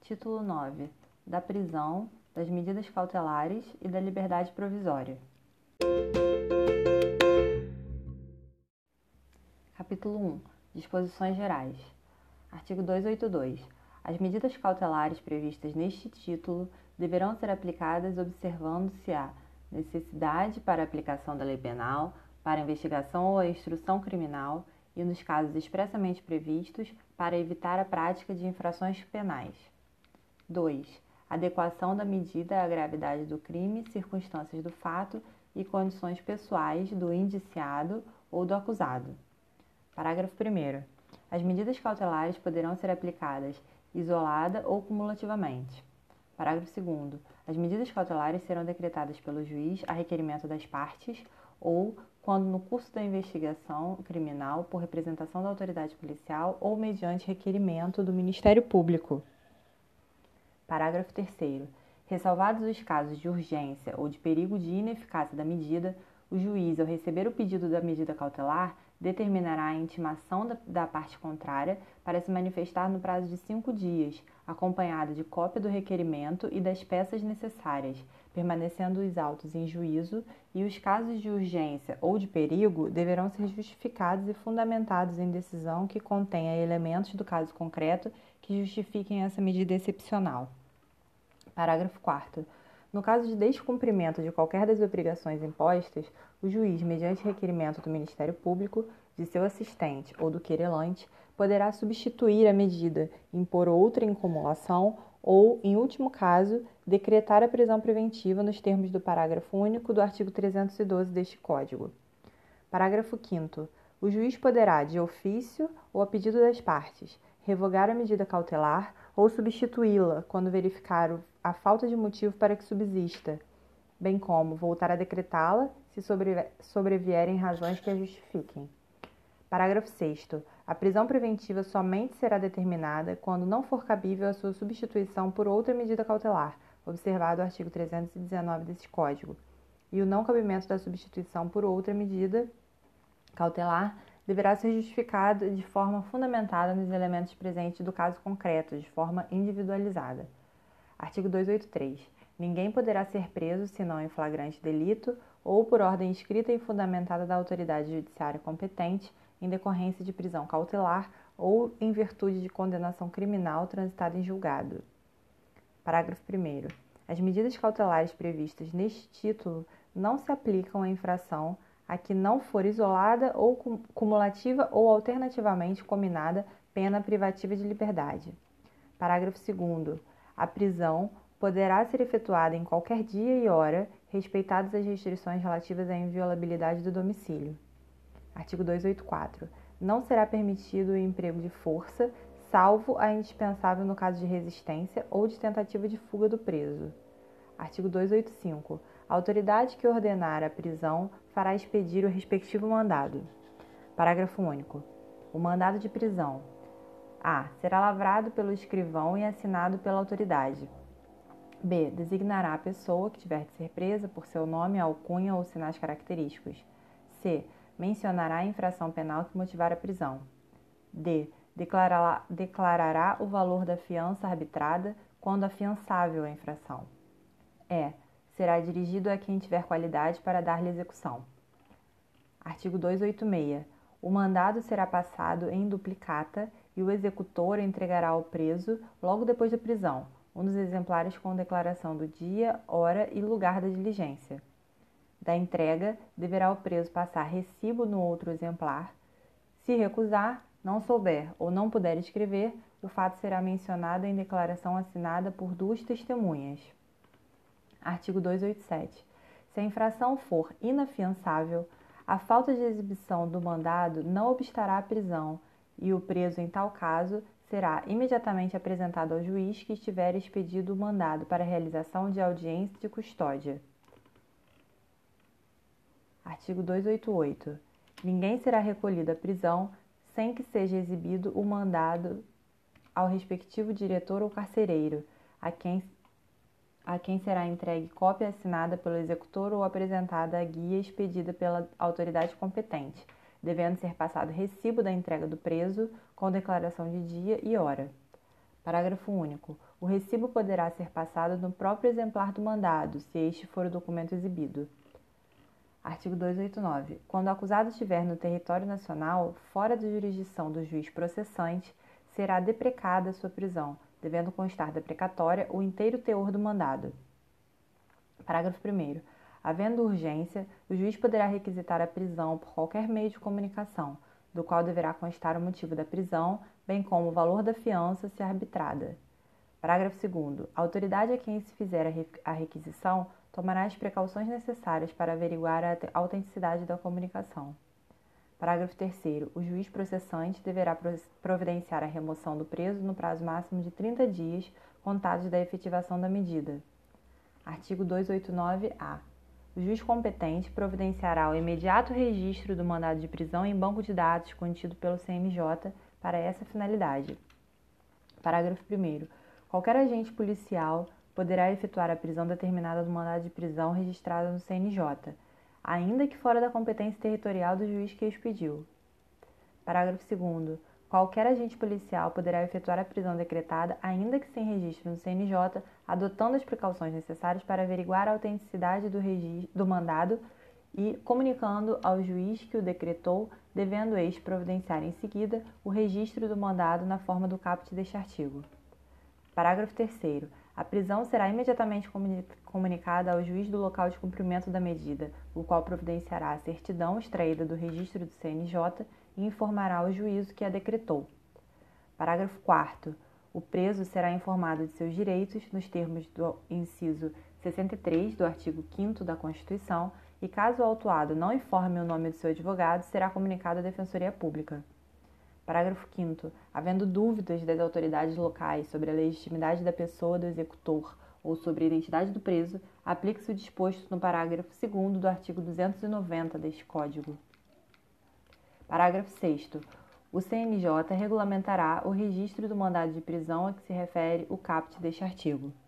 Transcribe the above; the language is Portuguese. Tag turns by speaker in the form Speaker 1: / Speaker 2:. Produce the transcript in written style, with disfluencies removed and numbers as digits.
Speaker 1: Título 9. Da prisão, das medidas cautelares e da liberdade provisória. Capítulo 1. Disposições gerais. Artigo 282. As medidas cautelares previstas neste título deverão ser aplicadas observando-se a necessidade para a aplicação da lei penal, para a investigação ou a instrução criminal e, nos casos expressamente previstos, para evitar a prática de infrações penais. 2. Adequação da medida à gravidade do crime, circunstâncias do fato e condições pessoais do indiciado ou do acusado. Parágrafo 1º. As medidas cautelares poderão ser aplicadas isolada ou cumulativamente. Parágrafo 2º. As medidas cautelares serão decretadas pelo juiz a requerimento das partes ou, quando no curso da investigação criminal, por representação da autoridade policial ou mediante requerimento do Ministério Público. Parágrafo 3º. Ressalvados os casos de urgência ou de perigo de ineficácia da medida, o juiz, ao receber o pedido da medida cautelar, determinará a intimação da parte contrária para se manifestar no prazo de 5 dias, acompanhada de cópia do requerimento e das peças necessárias, permanecendo os autos em juízo, e os casos de urgência ou de perigo deverão ser justificados e fundamentados em decisão que contenha elementos do caso concreto que justifiquem essa medida excepcional. Parágrafo 4º. No caso de descumprimento de qualquer das obrigações impostas, o juiz, mediante requerimento do Ministério Público, de seu assistente ou do querelante, poderá substituir a medida, impor outra em cumulação ou, em último caso, decretar a prisão preventiva nos termos do parágrafo único do artigo 312 deste Código. Parágrafo 5º. O juiz poderá, de ofício ou a pedido das partes, revogar a medida cautelar ou substituí-la quando verificar a falta de motivo para que subsista, bem como voltar a decretá-la se sobrevierem razões que a justifiquem. Parágrafo 6º. A prisão preventiva somente será determinada quando não for cabível a sua substituição por outra medida cautelar, observado o artigo 319 deste Código, e o não cabimento da substituição por outra medida cautelar deverá ser justificado de forma fundamentada nos elementos presentes do caso concreto, de forma individualizada. Artigo 283. Ninguém poderá ser preso senão em flagrante delito ou por ordem escrita e fundamentada da autoridade judiciária competente, em decorrência de prisão cautelar ou em virtude de condenação criminal transitada em julgado. Parágrafo 1º. As medidas cautelares previstas neste título não se aplicam à infração a que não for isolada ou cumulativa ou alternativamente combinada pena privativa de liberdade. Parágrafo 2º. A prisão poderá ser efetuada em qualquer dia e hora, respeitadas as restrições relativas à inviolabilidade do domicílio. Artigo 284. Não será permitido o emprego de força, salvo a indispensável no caso de resistência ou de tentativa de fuga do preso. Artigo 285. A autoridade que ordenar a prisão fará expedir o respectivo mandado. Parágrafo único. O mandado de prisão: a. Será lavrado pelo escrivão e assinado pela autoridade. B. Designará a pessoa que tiver de ser presa por seu nome, alcunha ou sinais característicos. C. Mencionará a infração penal que motivar a prisão. D. Declarará o valor da fiança arbitrada quando afiançável a infração. E. Será dirigido a quem tiver qualidade para dar-lhe execução. Artigo 286. O mandado será passado em duplicata e o executor entregará ao preso, logo depois da prisão, um dos exemplares com declaração do dia, hora e lugar da diligência. Da entrega, deverá o preso passar recibo no outro exemplar. Se recusar, não souber ou não puder escrever, o fato será mencionado em declaração assinada por 2 testemunhas. Artigo 287. Se a infração for inafiançável, a falta de exibição do mandado não obstará a prisão e o preso, em tal caso, será imediatamente apresentado ao juiz que estiver expedido o mandado para a realização de audiência de custódia. Artigo 288. Ninguém será recolhido à prisão sem que seja exibido o mandado ao respectivo diretor ou carcereiro, a quem será entregue cópia assinada pelo executor ou apresentada a guia expedida pela autoridade competente, devendo ser passado recibo da entrega do preso com declaração de dia e hora. Parágrafo único. O recibo poderá ser passado no próprio exemplar do mandado, se este for o documento exibido. Artigo 289. Quando o acusado estiver no território nacional, fora da jurisdição do juiz processante, será deprecada sua prisão, devendo constar da precatória o inteiro teor do mandado. Parágrafo 1º. Havendo urgência, o juiz poderá requisitar a prisão por qualquer meio de comunicação, do qual deverá constar o motivo da prisão, bem como o valor da fiança, se arbitrada. Parágrafo 2º. A autoridade a quem se fizer a requisição tomará as precauções necessárias para averiguar a autenticidade da comunicação. Parágrafo 3º. O juiz processante deverá providenciar a remoção do preso no prazo máximo de 30 dias, contados da efetivação da medida. Artigo 289-A. O juiz competente providenciará o imediato registro do mandado de prisão em banco de dados contido pelo CNJ para essa finalidade. Parágrafo 1º. Qualquer agente policial poderá efetuar a prisão determinada no mandado de prisão registrado no CNJ, ainda que fora da competência territorial do juiz que expediu. Parágrafo 2º. Qualquer agente policial poderá efetuar a prisão decretada, ainda que sem registro no CNJ, adotando as precauções necessárias para averiguar a autenticidade do mandado e comunicando ao juiz que o decretou, devendo este providenciar em seguida o registro do mandado na forma do caput deste artigo. Parágrafo 3º. A prisão será imediatamente comunicada ao juiz do local de cumprimento da medida, o qual providenciará a certidão extraída do registro do CNJ e informará o juízo que a decretou. Parágrafo 4º. O preso será informado de seus direitos nos termos do inciso 63 do artigo 5º da Constituição e, caso o autuado não informe o nome do seu advogado, será comunicado à Defensoria Pública. Parágrafo 5º. Havendo dúvidas das autoridades locais sobre a legitimidade da pessoa do executor ou sobre a identidade do preso, aplique-se o disposto no parágrafo 2º do artigo 290 deste Código. Parágrafo 6º. O CNJ regulamentará o registro do mandado de prisão a que se refere o caput deste artigo.